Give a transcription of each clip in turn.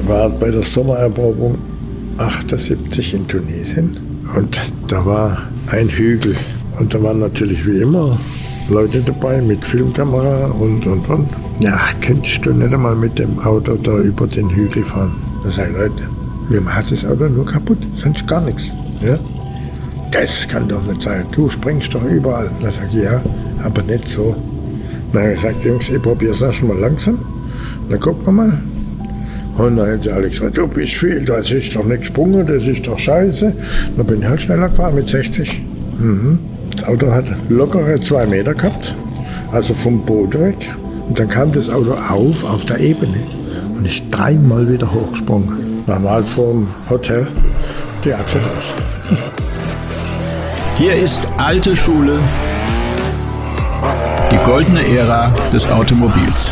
war bei der Sommererprobung 78 in Tunesien und da war ein Hügel und da waren natürlich wie immer Leute dabei mit Filmkamera und. Ja, könntest du nicht einmal mit dem Auto da über den Hügel fahren? Da sag ich, Leute, wir machen das Auto nur kaputt, sonst gar nichts. Ja? Das kann doch nicht sein, du springst doch überall. Da sag ich, ja, aber nicht so. Dann habe ich gesagt, Jungs, ich probier's erst mal langsam, dann gucken wir mal. Und dann haben sie alle gesagt, du bist viel, das ist doch nicht gesprungen, das ist doch scheiße. Dann bin ich halt schneller gefahren mit 60. Das Auto hat lockere 2 Meter gehabt, also vom Boden weg. Und dann kam das Auto auf der Ebene und ist 3-mal wieder hochgesprungen. Dann war halt vor dem Hotel die Achse draus. Hier ist alte Schule, die goldene Ära des Automobils.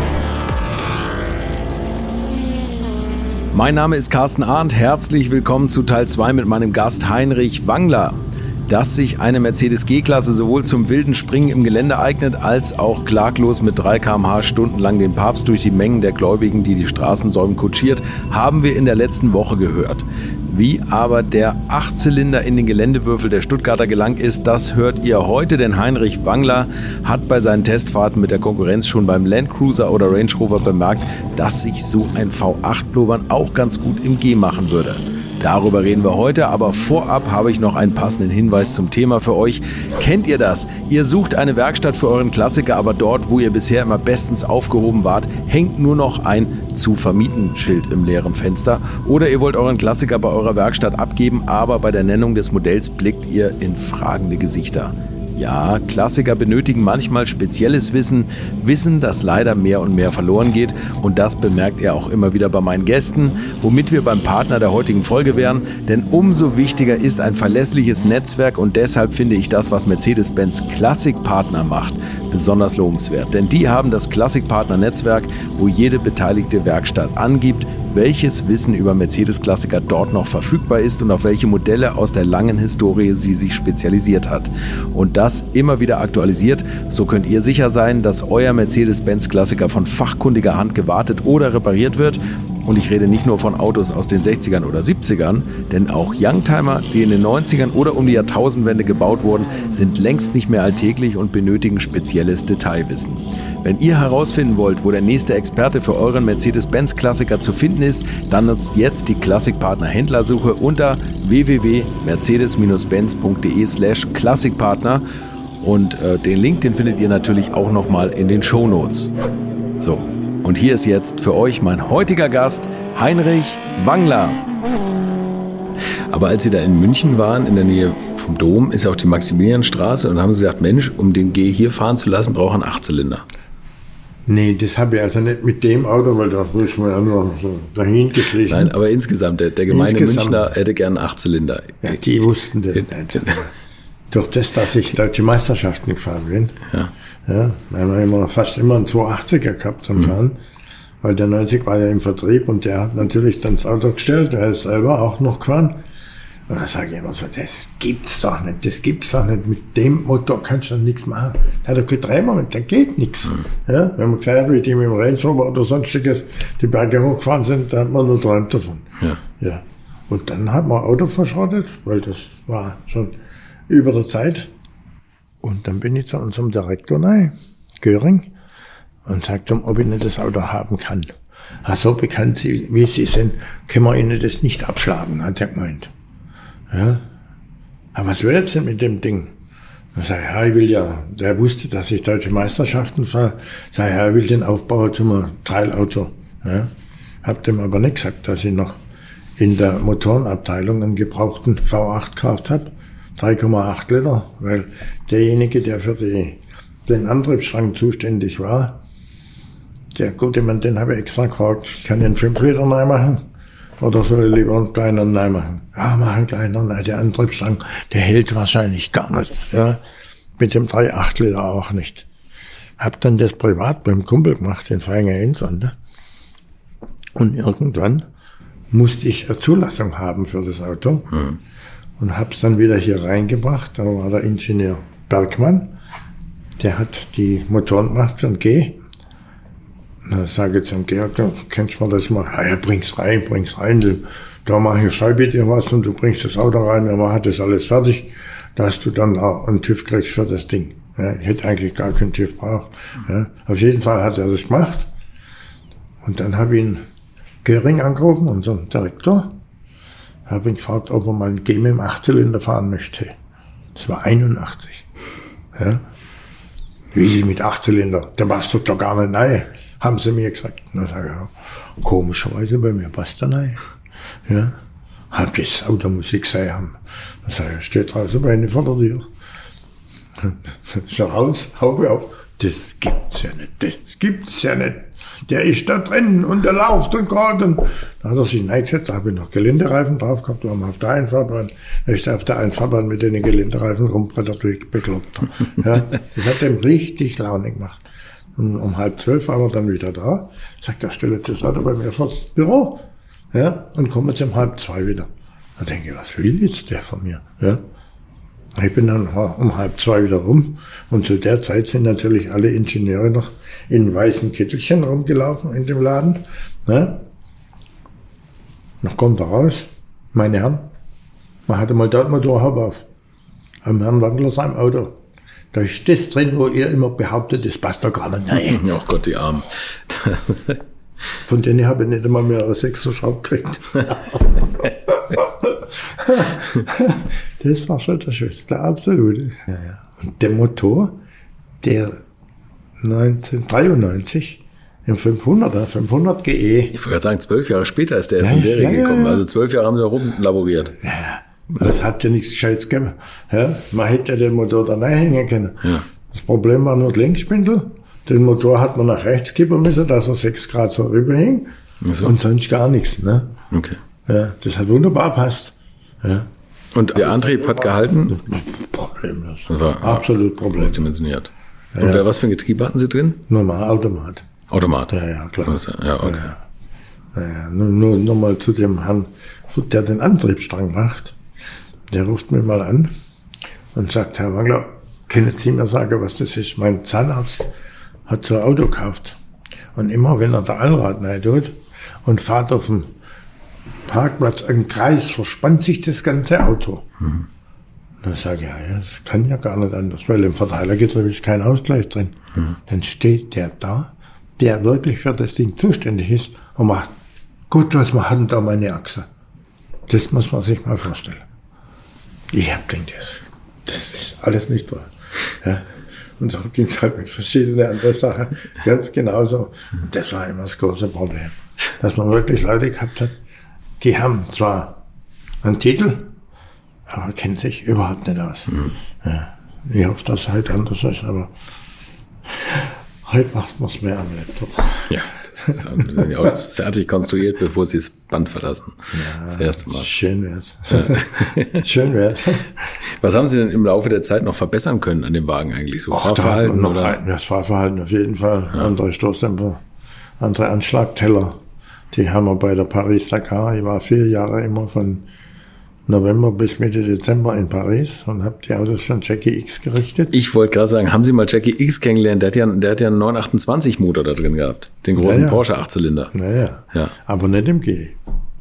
Mein Name ist Carsten Arndt, herzlich willkommen zu Teil 2 mit meinem Gast Heinrich Wangler. Dass sich eine Mercedes G-Klasse sowohl zum wilden Springen im Gelände eignet, als auch klaglos mit 3 km/h stundenlang den Papst durch die Mengen der Gläubigen, die die Straßen säumen, kutschiert, haben wir in der letzten Woche gehört. Wie aber der 8-Zylinder in den Geländewürfel der Stuttgarter gelangt ist, das hört ihr heute, denn Heinrich Wangler hat bei seinen Testfahrten mit der Konkurrenz schon beim Land Cruiser oder Range Rover bemerkt, dass sich so ein V8-Blubbern auch ganz gut im G machen würde. Darüber reden wir heute, aber vorab habe ich noch einen passenden Hinweis zum Thema für euch. Kennt ihr das? Ihr sucht eine Werkstatt für euren Klassiker, aber dort, wo ihr bisher immer bestens aufgehoben wart, hängt nur noch ein zu vermieten Schild im leeren Fenster. Oder ihr wollt euren Klassiker bei eurer Werkstatt abgeben, aber bei der Nennung des Modells blickt ihr in fragende Gesichter. Ja, Klassiker benötigen manchmal spezielles Wissen, das leider mehr und mehr verloren geht. Und das bemerkt ihr auch immer wieder bei meinen Gästen, womit wir beim Partner der heutigen Folge wären. Denn umso wichtiger ist ein verlässliches Netzwerk und deshalb finde ich das, was Mercedes-Benz Klassikpartner macht, besonders lobenswert. Denn die haben das Klassikpartner-Netzwerk, wo jede beteiligte Werkstatt angibt, welches Wissen über Mercedes-Klassiker dort noch verfügbar ist und auf welche Modelle aus der langen Historie sie sich spezialisiert hat. Und das immer wieder aktualisiert, so könnt ihr sicher sein, dass euer Mercedes-Benz-Klassiker von fachkundiger Hand gewartet oder repariert wird. Und ich rede nicht nur von Autos aus den 60ern oder 70ern, denn auch Youngtimer, die in den 90ern oder um die Jahrtausendwende gebaut wurden, sind längst nicht mehr alltäglich und benötigen spezielles Detailwissen. Wenn ihr herausfinden wollt, wo der nächste Experte für euren Mercedes-Benz-Klassiker zu finden ist, dann nutzt jetzt die Klassikpartner-Händlersuche unter www.mercedes-benz.de/Klassikpartner und den Link, den findet ihr natürlich auch nochmal in den Shownotes. So, und hier ist jetzt für euch mein heutiger Gast, Heinrich Wangler. Aber als Sie da in München waren, in der Nähe vom Dom, ist ja auch die Maximilianstraße und da haben Sie gesagt, Mensch, um den G hier fahren zu lassen, braucht er einen 8-Zylinder. Nee, das habe ich also nicht mit dem Auto, weil da ist man ja nur so dahin geschlichen. Nein, aber insgesamt, der gemeine Münchner hätte gern einen 8-Zylinder. Ja, die wussten das nicht. Durch das, dass ich deutsche Meisterschaften gefahren bin. Ja, dann haben wir fast immer einen 280er gehabt zum Fahren, weil der 90 war ja im Vertrieb und der hat natürlich dann das Auto gestellt, der ist selber auch noch gefahren. Und dann sage ich immer so, das gibt's doch nicht, mit dem Motor kannst du nichts machen. Der hat doch kein Drehmoment, da geht nichts. Ja, wenn man gesagt hat, wie die mit dem Range Rover oder sonstiges die Berge hochgefahren sind, da hat man nur träumt davon. Ja. Und dann hat man Auto verschrottet, weil das war schon über der Zeit. Und dann bin ich zu unserem Direktor nahe, Göring, und sagte ihm, ob ich nicht das Auto haben kann. So bekannt wie Sie sind, können wir Ihnen das nicht abschlagen, hat er gemeint. Ja. Aber was will jetzt denn mit dem Ding? Dann sag ich, der wusste, dass ich deutsche Meisterschaften fahre. Sag ich, ich will den Aufbau zum Teilauto. Ja. Hab dem aber nicht gesagt, dass ich noch in der Motorenabteilung einen gebrauchten V8 gekauft habe. 3,8 Liter, weil derjenige, der für den Antriebsstrang zuständig war, der gute Mann, den habe ich extra gefragt, kann ich einen 5 Liter neu machen? Oder soll ich lieber einen kleinen neu machen? Ja, mach einen kleinen, nein, der Antriebsstrang, der hält wahrscheinlich gar nicht. Ja, mit dem 3,8 Liter auch nicht. Hab dann das privat beim Kumpel gemacht, den Feinger Insonde. Und irgendwann musste ich eine Zulassung haben für das Auto. Und hab's dann wieder hier reingebracht. Da war der Ingenieur Bergmann, der hat die Motoren gemacht für ein G. Dann sage ich zum Georg, kennst du mir das mal? Ja, bring's rein. Da mache ich Scheibe dir was und du bringst das Auto rein, dann macht das alles fertig, dass du dann auch einen TÜV kriegst für das Ding. Ja, ich hätte eigentlich gar keinen TÜV gebraucht. Ja, auf jeden Fall hat er das gemacht. Und dann habe ich ihn Göring angerufen, unseren Direktor, habe ihn gefragt, ob er mal einen GM im 8-Zylinder fahren möchte. Das war 81. Ja. Wie mit 8-Zylinder? Der passt doch gar nicht rein, haben sie mir gesagt. Dann sage ich, ja, komischerweise bei mir passt er rein. Ja. Hab das Auto, muss ich gesehen haben. Dann sage ich, steht draußen bei mir vor der Tür. Schau raus, Haube auf. Das gibt's ja nicht. Der ist da drin und der läuft und gerade. Und da hat er sich reingesetzt, da habe ich noch Geländereifen drauf gehabt, da waren wir auf der Einfahrbahn. Da ist er auf der Einfahrbahn mit den Geländereifen rumbrettert, bekloppt. Ja, das hat dem richtig Laune gemacht. Und um 11:30 waren wir dann wieder da. Sagt er, stelle das Auto bei mir vors Büro. Ja, und kommen jetzt um 1:30 wieder. Da denke ich, was will jetzt der von mir? Ja. Ich bin dann um 1:30 wieder rum und zu der Zeit sind natürlich alle Ingenieure noch in weißen Kittelchen rumgelaufen in dem Laden. Ne? Noch kommt er raus, meine Herren, man hatte mal dort Motorhaube auf, am Herrn Wangler seinem Auto. Da ist das drin, wo ihr immer behauptet, das passt doch gar nicht rein. Oh Gott, die Armen. Von denen habe ich nicht einmal mehr eine 6er Schraube gekriegt. Das war schon der Schwester, absolut. Ja. Und der Motor, der 1993 im 500 GE. Ich wollte gerade sagen, 12 Jahre später ist der erst in Serie gekommen. Also 12 Jahre haben sie rumlaboriert. Ja, das hat ja nichts Gescheites gegeben. Ja, man hätte ja den Motor da reinhängen können. Ja. Das Problem war nur die Längsspindel. Den Motor hat man nach rechts kippen müssen, dass er 6 Grad so rüberhing. So. Und sonst gar nichts. Ne? Okay. Ja, das hat wunderbar passt. Ja. Und der Antrieb hat gehalten? Problemlos. War absolut problemlos. Dimensioniert. Und was für ein Getriebe hatten Sie drin? Normal, Automat. Ja, klar. Ja, okay. Ja. Nur mal zu dem Herrn, der den Antriebsstrang macht. Der ruft mir mal an und sagt, Herr Wangler, können Sie mir sagen, was das ist? Mein Zahnarzt hat so ein Auto gekauft. Und immer, wenn er der Allrad rein tut und fährt auf dem Parkplatz einen Kreis, verspannt sich das ganze Auto. Dann sage ich, ja, das kann ja gar nicht anders, weil im Verteilergetriebe ist kein Ausgleich drin. Dann steht der da, der wirklich für das Ding zuständig ist und macht, gut, was machen da meine Achse? Das muss man sich mal vorstellen. Ich habe gedacht, das ist alles nicht wahr. Ja. Und so ging es halt mit verschiedenen anderen Sachen ganz genauso. Und das war immer das große Problem. Dass man wirklich Leute gehabt hat, die haben zwar einen Titel, aber kennen sich überhaupt nicht aus. Ja. Ich hoffe, dass es halt anders ist, aber heute macht man es mehr am Laptop. Ja, das ist die Autos fertig konstruiert, bevor sie das Band verlassen. Ja, das erste Mal. Schön wär's. Ja. Schön wär's. Was haben Sie denn im Laufe der Zeit noch verbessern können an dem Wagen eigentlich? So Fahrverhalten oder? Das Fahrverhalten auf jeden Fall. Ja. Andere Stoßdämpfer, andere Anschlagteller. Die haben wir bei der Paris-Dakar. Ich war 4 Jahre immer von November bis Mitte Dezember in Paris und habe die Autos von Jackie X gerichtet. Ich wollte gerade sagen, haben Sie mal Jackie X kennengelernt? Der hat ja einen 928 Motor da drin gehabt. Den großen Porsche 8-Zylinder. Ja. Aber nicht im G.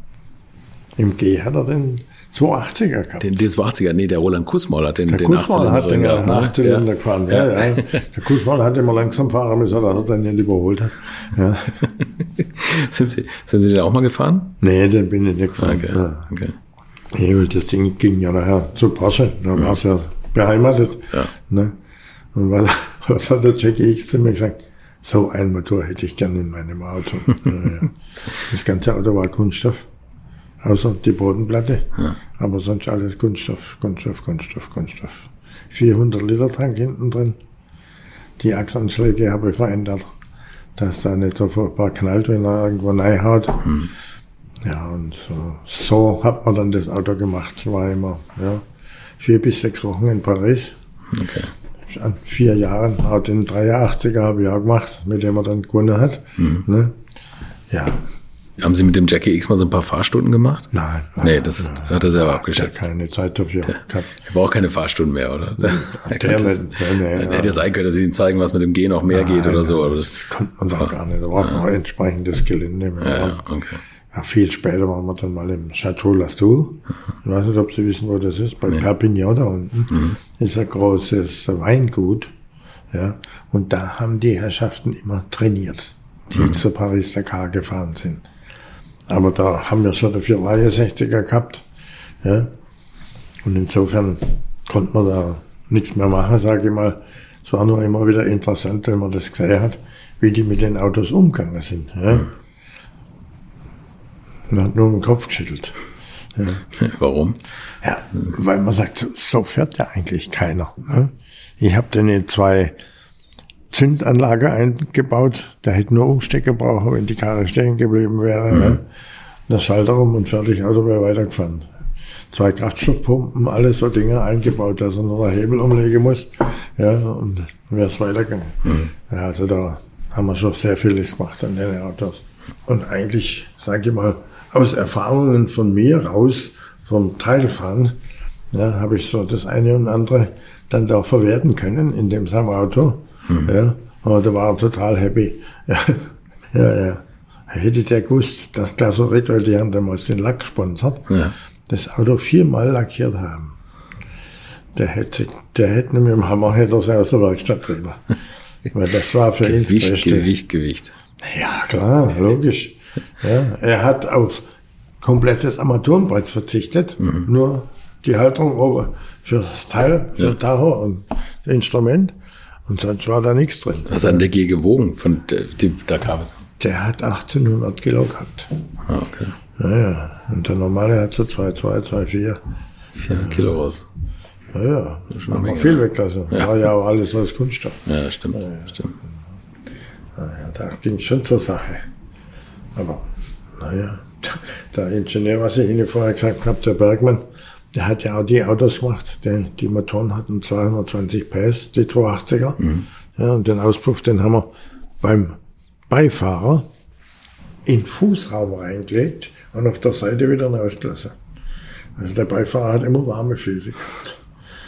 Im G hat er den 280er gehabt. Den 280er, nee, der Roland Kussmaul hat den 8-Zylinder drin gehabt. Den 8-Zylinder gefahren, ja. Der Kussmaul hat immer langsam fahren müssen, dass er dann nicht überholt hat. Ja. Sind Sie den auch mal gefahren? Nee, den bin ich nicht gefahren. Okay. Ja, weil das Ding ging ja nachher zu Porsche, da war es ja beheimatet. Ja. Ne? Und was hat der Jackie X zu mir gesagt? So ein Motor hätte ich gerne in meinem Auto. Das ganze Auto war Kunststoff, außer die Bodenplatte, aber sonst alles Kunststoff. 400 Liter Tank hinten drin. Die Achsanschläge habe ich verändert, dass da nicht so furchtbar knallt, wenn er irgendwo reinhaut. Ja, und so hat man dann das Auto gemacht. Es war immer 4 bis 6 Wochen in Paris. Okay. An 4 Jahren, auch den 83er habe ich auch gemacht, mit dem er dann gewonnen hat. Ne? Ja, Haben Sie mit dem Jackie X mal so ein paar Fahrstunden gemacht? Nein. Nee, das hat er selber abgeschätzt. Der hat keine Zeit dafür gehabt. Er braucht keine Fahrstunden mehr, oder? Der hätte ja sein können, dass Sie ihm zeigen, was mit dem G noch mehr geht oder so. Aber das konnte man doch gar nicht. Da braucht man auch entsprechendes Gelände mehr. Ja, okay. Ja, viel später waren wir dann mal im Château Lastou. Ich weiß nicht, ob Sie wissen, wo das ist. Bei Perpignan da unten ist ein großes Weingut. Ja, und da haben die Herrschaften immer trainiert, die zu Paris-Dakar gefahren sind. Aber da haben wir schon der 463er gehabt. Ja, und insofern konnte man da nichts mehr machen, sage ich mal. Es war nur immer wieder interessant, wenn man das gesehen hat, wie die mit den Autos umgegangen sind. Ja. Man hat nur den Kopf geschüttelt. Ja. Warum? Ja, weil man sagt, so fährt ja eigentlich keiner. Ne? Ich habe dann in 2 Zündanlage eingebaut. Der hätte nur Umstecker brauchen, wenn die Karre stehen geblieben wäre. Ne? Der Schalter rum und fertig, Auto wäre weitergefahren. 2 Kraftstoffpumpen, alles so Dinge eingebaut, dass er nur den Hebel umlegen muss. Ja, und wäre es weitergegangen. Ja, also da haben wir schon sehr vieles gemacht an den Autos. Und eigentlich, sage ich mal, aus Erfahrungen von mir raus, vom Teilfahren, ja, habe ich so das eine und andere dann da verwerten können in dem seinem Auto. Ja, aber da war er total happy. Ja. Hätte der gewusst, dass Glasurit, weil die haben damals den Lack gesponsert, das Auto 4-mal lackiert haben. Der hätte mit dem Hammer hätte er aus der Werkstatt drüber. Weil das war für ihn das Beste. Gewicht. Ja, klar, logisch. Ja, er hat auf komplettes Armaturenbrett verzichtet, nur die Halterung oben fürs Teil, für Tacho und das Instrument, und sonst war da nichts drin. Was hat der G gewogen von der Dakar? Der hat 1800 Kilo gehabt. Ah, okay. Ja, und der normale hat so 2,4. 4 Kilo raus. Ja, haben wir viel weggelassen. Ja. War ja auch alles aus Kunststoff. Ja, stimmt. Stimmt. Naja, da ging schon zur Sache. Aber, naja, der Ingenieur, was ich Ihnen vorher gesagt habe, der Bergmann, der hat ja auch die Autos gemacht. Die Motoren hatten 220 PS, die 280er. Ja, und den Auspuff, den haben wir beim Beifahrer in den Fußraum reingelegt und auf der Seite wieder rausgelassen. Also der Beifahrer hat immer warme Füße gehabt.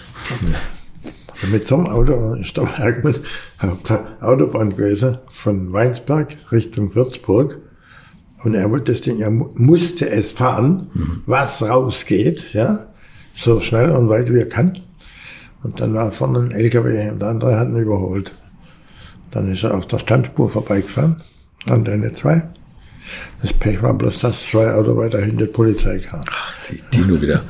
Und mit so einem Auto ist der Bergmann auf der Autobahn gewesen, von Weinsberg Richtung Würzburg. Und er wollte das Ding, er musste es fahren, was rausgeht, ja, so schnell und weit wie er kann. Und dann war vorne ein LKW und der andere hat ihn überholt. Dann ist er auf der Standspur vorbeigefahren, an der 2. Das Pech war bloß, dass 2 Autos weiter hinter die Polizei kamen. Ach, die nur wieder.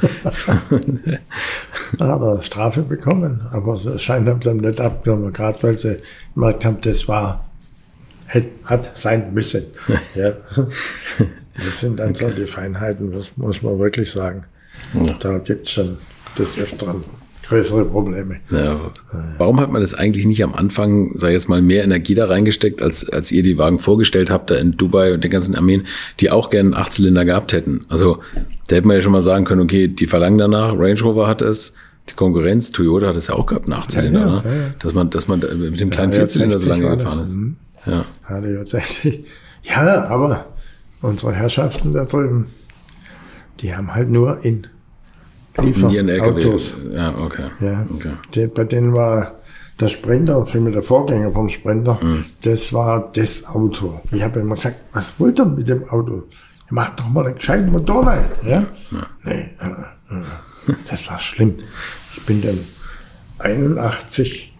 Da hat er Strafe bekommen, aber es scheint, haben sie ihm nicht abgenommen, gerade weil sie gemerkt haben, das hat sein müssen. Ja. Das sind dann so die Feinheiten, das muss man wirklich sagen. Ja. Da gibt es schon des Öfteren größere Probleme. Ja. Warum hat man das eigentlich nicht am Anfang, sag ich jetzt mal, mehr Energie da reingesteckt, als ihr die Wagen vorgestellt habt, da in Dubai und den ganzen Armeen, die auch gerne einen 8-Zylinder gehabt hätten? Also, da hätte man ja schon mal sagen können, okay, die verlangen danach, Range Rover hat es, die Konkurrenz, Toyota hat es ja auch gehabt, einen 8-Zylinder, ne? Ja. Dass man mit dem kleinen 4-Zylinder so lange gefahren ist. Ja. Ja, aber unsere Herrschaften da drüben, die haben halt nur in Lieferautos. Ja, okay. Ja, okay. Bei denen war der Sprinter, vielmehr der Vorgänger vom Sprinter, das war das Auto. Ich habe immer gesagt, was wollt ihr mit dem Auto? Macht doch mal einen gescheiten Motor rein. Ja? Nee, das war schlimm. Ich bin dann 81.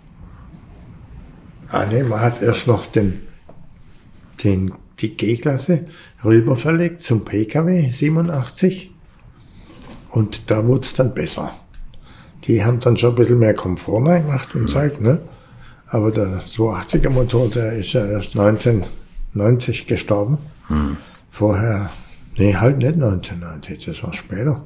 Man hat erst noch die G-Klasse rüber verlegt zum PKW 87. Und da wurde es dann besser. Die haben dann schon ein bisschen mehr Komfort reingemacht und Zeug, ne? Aber der 280er Motor, der ist ja erst 1990 gestorben. Vorher, halt nicht 1990, das war später.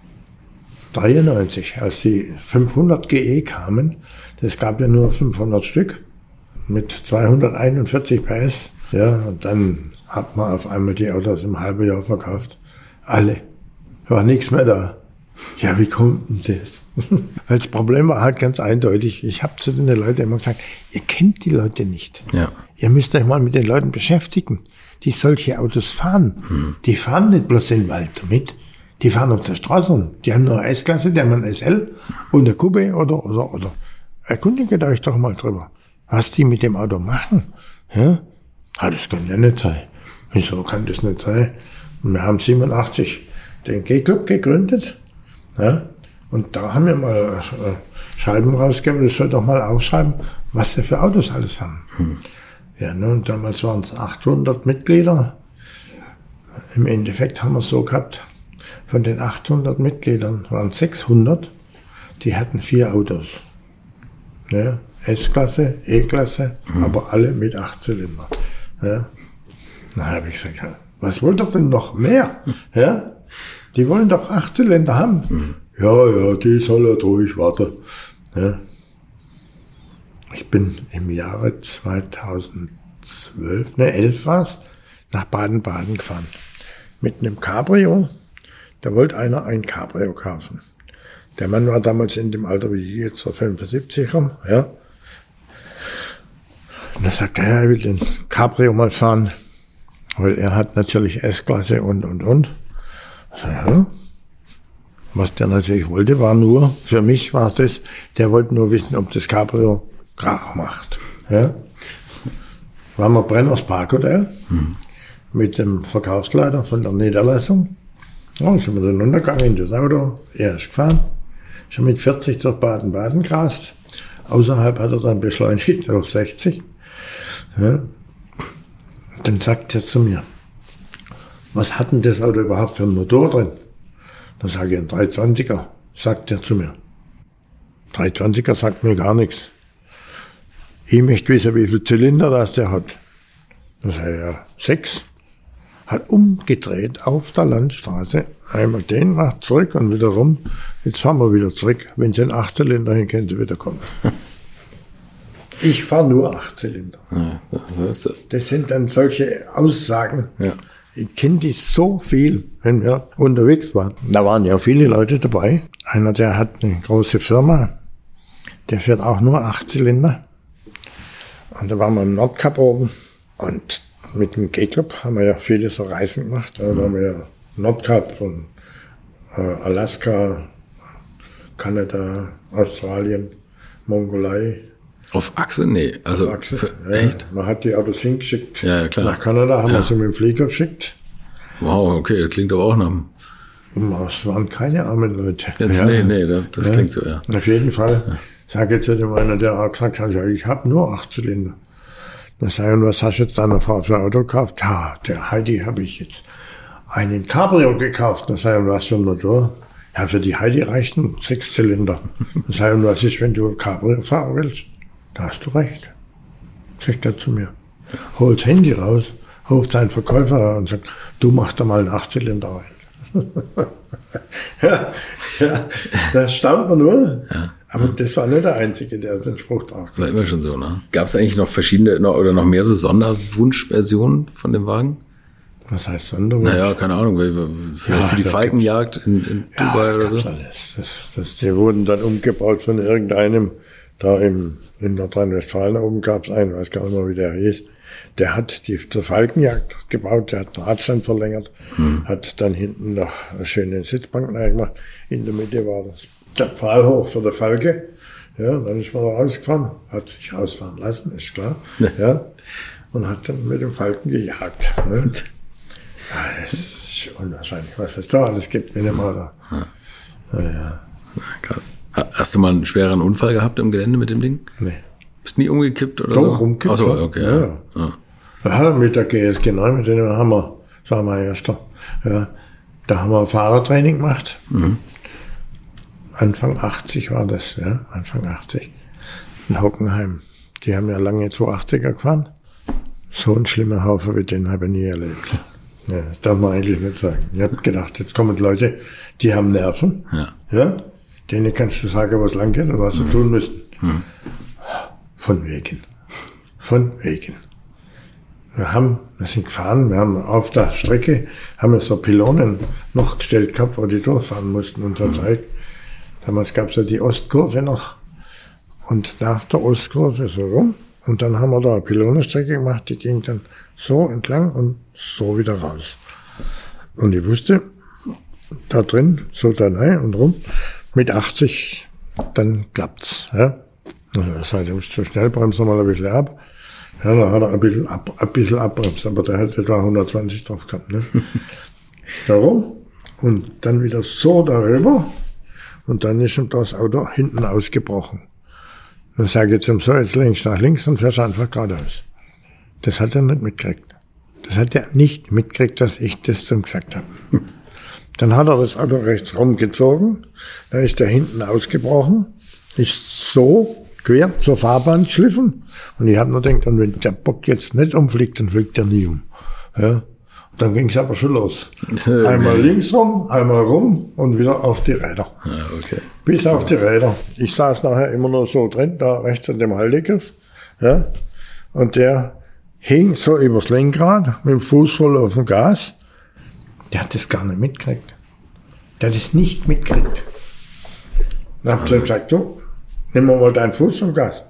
93, als die 500 GE kamen, das gab ja nur 500 Stück mit 241 PS. Ja, und dann hat man auf einmal die Autos im halben Jahr verkauft. Alle. War nichts mehr da. Ja, wie kommt denn das? Weil das Problem war halt ganz eindeutig. Ich habe zu den Leuten immer gesagt, ihr kennt die Leute nicht. Ja. Ihr müsst euch mal mit den Leuten beschäftigen, die solche Autos fahren. Die fahren nicht bloß in den Wald damit, die fahren auf der Straße rum. Die haben nur eine S-Klasse, die haben ein SL und eine Coupe oder. Erkundigt euch doch mal drüber, was die mit dem Auto machen. Ja? Das kann ja nicht sein. Wieso kann das nicht sein? Und wir haben 87 den G-Club gegründet. Ja? Und da haben wir mal Schreiben rausgegeben, das soll doch mal aufschreiben, was sie für Autos alles haben. Ja, ne, und damals waren es 800 Mitglieder. Im Endeffekt haben wir es so gehabt, von den 800 Mitgliedern waren 600, die hatten 4 Autos. Ja, S-Klasse, E-Klasse, aber alle mit 8 Zylinder. Ja. Dann habe ich gesagt, was wollt ihr denn noch mehr? Ja? Die wollen doch 8 Zylinder haben. Ja, die soll er ruhig warten. Ja. Ich bin im Jahre 11 war es, nach Baden-Baden gefahren. Mit einem Cabrio. Da wollte einer ein Cabrio kaufen. Der Mann war damals in dem Alter wie ich jetzt, so 75 rum. Ja. Und da sagte er will den Cabrio mal fahren. Weil er hat natürlich S-Klasse und. So, ja. Was der natürlich wollte, war nur, für mich war das, der wollte nur wissen, ob das Cabrio Krach macht. Ja. Waren wir Brenners Parkhotel mit dem Verkaufsleiter von der Niederlassung. Ja, sind wir dann runtergegangen in das Auto, er ist gefahren, schon mit 40 durch Baden-Baden gerast. Außerhalb hat er dann beschleunigt auf 60. Ja. Dann sagt er zu mir, was hat denn das Auto überhaupt für einen Motor drin? Dann sage ich, ein 320er, sagt er zu mir. 320er sagt mir gar nichts. Ich möchte wissen, wie viel Zylinder das der hat. Dann sage ich, ja, 6. Hat umgedreht auf der Landstraße, einmal den macht zurück und wieder rum. Jetzt fahren wir wieder zurück. Wenn Sie einen 8-Zylinder hin, können Sie wieder kommen. Ich fahre nur 8 Zylinder. Ja, so ist das. Das sind dann solche Aussagen. Ja. Ich kenne die so viel, wenn wir unterwegs waren. Da waren ja viele Leute dabei. Einer, der hat eine große Firma, der fährt auch nur 8 Zylinder. Und da waren wir im Nordkap oben. Und mit dem G-Club haben wir ja viele so Reisen gemacht. Da waren wir ja Nordkap und Alaska, Kanada, Australien, Mongolei. Auf Achse? Nee. Also, Auf Achse, ja. Echt? Man hat die Autos hingeschickt. Ja, klar. Nach Kanada haben wir sie mit dem Flieger geschickt. Wow, okay, das klingt aber auch nach einem. Es waren keine armen Leute. Jetzt, ja. Nee, das klingt so, ja. Auf jeden Fall sage ich zu dem einer, der auch gesagt hat, ja, ich habe nur 8 Zylinder. Dann sage ich, und was hast du jetzt dann für ein Auto gekauft? Ja, der Heidi habe ich jetzt einen Cabrio gekauft. Dann sage ich, und was für ein Motor? Ja, für die Heidi reichen 6 Zylinder. Dann sage ich, und was ist, wenn du ein Cabrio fahren willst? Da hast du recht. Sagt er zu mir. Holt das Handy raus, ruft seinen Verkäufer und sagt, du mach da mal einen 8-Zylinder rein. ja, da staunt man nur. Ja. Aber das war nicht der Einzige, der den Spruch drauf war immer schon so, ne? Gab es eigentlich noch verschiedene oder noch mehr so Sonderwunschversionen von dem Wagen? Was heißt Sonderwunsch? Naja, keine Ahnung, für die Falkenjagd in Dubai oder so. Alles. Die wurden dann umgebaut von irgendeinem, da in Nordrhein-Westfalen oben gab es einen, weiß gar nicht mehr, wie der hieß. Der hat die zur Falkenjagd gebaut, der hat den Radstand verlängert, hat dann hinten noch eine schöne Sitzbank reingemacht. In der Mitte war das der Pfahl hoch für die Falke. Ja, dann ist man da rausgefahren, hat sich rausfahren lassen, ist klar. Ja, und hat dann mit dem Falken gejagt. Ne? Das ist unwahrscheinlich, was es da alles gibt mit dem Auto. Ja. Krass. Hast du mal einen schweren Unfall gehabt im Gelände mit dem Ding? Nee. Bist nie umgekippt oder Doch, so? umgekippt. Ach so, okay. Ja, mit der GSG 9, mit denen haben wir, das war mein erster, ja, da haben wir Fahrertraining gemacht. Anfang 80 war das, ja, Anfang 80. In Hockenheim. Die haben ja lange 280er gefahren. So ein schlimmer Haufen wie den habe ich nie erlebt. Ja, das darf man eigentlich nicht sagen. Ich habe gedacht, jetzt kommen Leute, die haben Nerven. Ja. Denen kannst du sagen, was lang geht und was sie tun müssen. Von wegen. Wir sind gefahren, wir haben auf der Strecke, haben wir so Pylonen noch gestellt gehabt, wo die durchfahren mussten unserer Zeit. Damals gab es ja die Ostkurve noch. Und nach der Ostkurve so rum. Und dann haben wir da eine Pylonenstrecke gemacht, die ging dann so entlang und so wieder raus. Und ich wusste, da drin, so da rein und rum, mit 80, dann klappt's. Ja. Also das heißt, du musst so schnell bremsen, mal ein bisschen ab. Ja, dann hat er ein bisschen abbremst, aber der hat etwa 120 drauf gehabt. Ne? Da rum und dann wieder so darüber und dann ist ihm das Auto hinten ausgebrochen. Dann sage ich jetzt so, jetzt lenkst du nach links und fährst einfach geradeaus. Das hat er nicht mitgekriegt. Das hat er nicht mitgekriegt, dass ich das zu ihm gesagt habe. Dann hat er das Auto rechts rumgezogen, dann ist er hinten ausgebrochen, ist so quer zur Fahrbahn geschliffen. Und ich habe nur gedacht, und wenn der Bock jetzt nicht umfliegt, dann fliegt er nie um. Ja. Und dann ging es aber schon los. Einmal links rum, einmal rum und wieder auf die Räder. Ja, okay. Bis auf die Räder. Ich saß nachher immer noch so drin, da rechts an dem Haltegriff. Ja. Und der hing so übers Lenkrad, mit dem Fuß voll auf dem Gas. Der hat das gar nicht mitgekriegt. Der hat es nicht mitgekriegt. Dann hab ich ihm gesagt, so, nimm mal deinen Fuß vom Gas.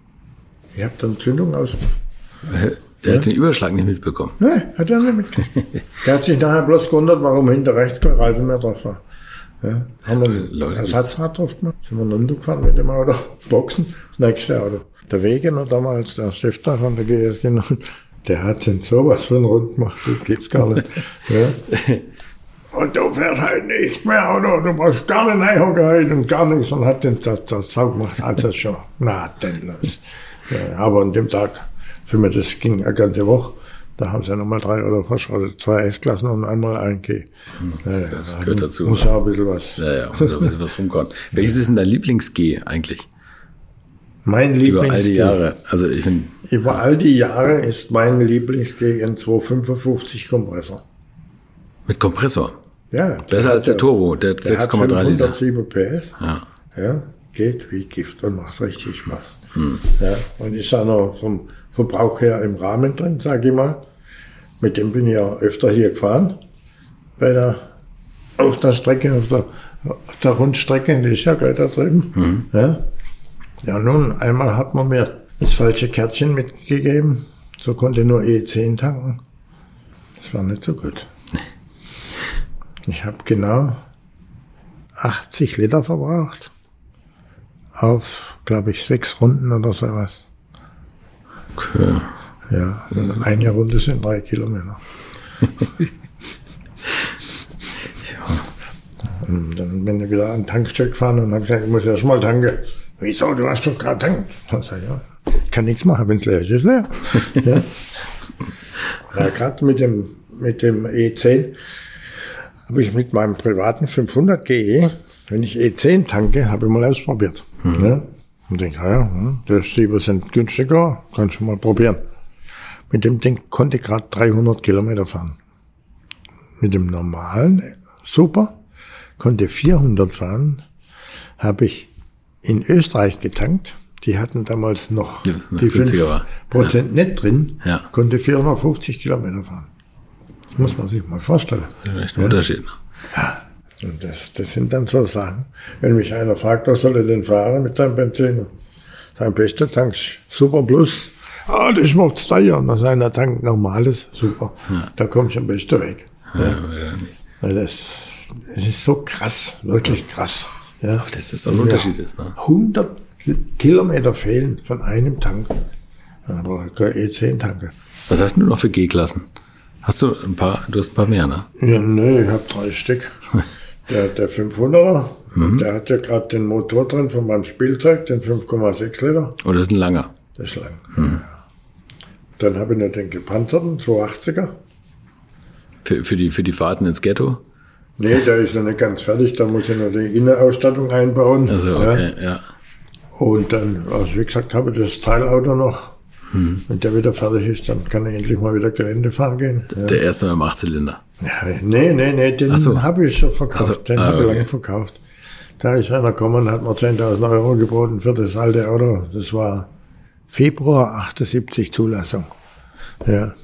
Ich hab dann Zündung ausgemacht. Der hat den Überschlag nicht mitbekommen. Nein, hat er nicht mitgekriegt. Der hat sich nachher bloß gewundert, warum hinter rechts kein Reifen mehr drauf war. Ja, haben wir Ersatzrad drauf gemacht, sind wir runtergefahren mit dem Auto, Boxen, das nächste Auto. Der Wegener damals, der Chef da von der GSG, der hat den sowas von rund gemacht, das geht's gar nicht. Ja. Und du fährst halt nicht mehr Auto, du brauchst gar nicht reinhocken heute und gar nichts und hat den Sau gemacht, hat das schon. Na, denn los. Ja, aber an dem Tag, für mich, das ging eine ganze Woche, da haben sie nochmal 3 oder verschrottet, 2 S-Klassen und einmal ein G. Das gehört dazu. Muss auch ein bisschen was. Ja, muss auch ein bisschen was rumkommen. Welches ist denn dein Lieblings-G eigentlich? Mein Lieblings-G. Über all die Jahre. Also über all die Jahre ist mein Lieblings-G ein 255 Kompressor. Mit Kompressor? Ja. Besser als der Turbo, der 6,3 Liter. 507 PS. Ja. Ja, geht wie Gift und macht richtig Spaß. Ja, und ist auch noch vom Verbrauch her im Rahmen drin, sage ich mal. Mit dem bin ich ja öfter hier gefahren. Auf der Strecke, auf der Rundstrecke, die ist ja gleich da drüben. Ja, nun, einmal hat man mir das falsche Kärtchen mitgegeben. So konnte nur E10 tanken. Das war nicht so gut. Ich habe genau 80 Liter verbraucht. Auf, glaube ich, 6 Runden oder sowas. Okay. Ja, und eine Runde sind 3 Kilometer. Ja. Und dann bin ich wieder an den Tankstelle gefahren und habe gesagt, ich muss erst mal tanken. Wieso, du hast doch gerade tanken. Dann sag ich, ja, ich kann nichts machen, wenn es leer ist, ist leer. Ja. Ja, gerade mit dem E10 habe ich mit meinem privaten 500 GE, wenn ich E10 tanke, habe ich mal ausprobiert. Ja. Und denke, der ist 7 günstiger, kannst du mal probieren. Mit dem Ding konnte ich gerade 300 Kilometer fahren. Mit dem normalen Super konnte 400 fahren, habe ich in Österreich getankt. Die hatten damals noch die 5% nicht drin, konnte 450 Kilometer fahren. Das muss man sich mal vorstellen. Das ist echt ein Unterschied. Ja. Und das sind dann so Sachen. Wenn mich einer fragt, was soll er denn fahren mit seinem Benziner? Sein bester Tank Super Plus. Das macht's teuer. Und seiner Tank normales Super. Ja. Da kommst du am besten weg. Ja. Das ist so krass, wirklich krass. Ja. Aber dass das so ein Unterschied ist, ne? 100 Kilometer fehlen von einem Tank. Aber kein E10 tanke. Was hast du noch für G-Klassen? Hast du ein paar mehr, ne? Ja, nee, ich habe 3 Stück. Der 500er, der hat ja gerade den Motor drin von meinem Spielzeug, den 5,6 Liter. Oh, das ist ein langer. Das ist lang. Ja. Dann habe ich noch den gepanzerten 280er. Für die Fahrten ins Ghetto? Nee, der ist noch nicht ganz fertig, da muss ich noch die Innenausstattung einbauen. Also, okay, ja. Und dann, also wie gesagt, habe ich das Teilauto noch. Wenn der wieder fertig ist, dann kann er endlich mal wieder Gelände fahren gehen. Der erste mit dem 8-Zylinder? Ja, nee, den habe ich schon verkauft. Den habe ich lange verkauft. Da ist einer gekommen, hat mir 10.000 Euro geboten für das alte Auto. Das war Februar 78 Zulassung. Ja.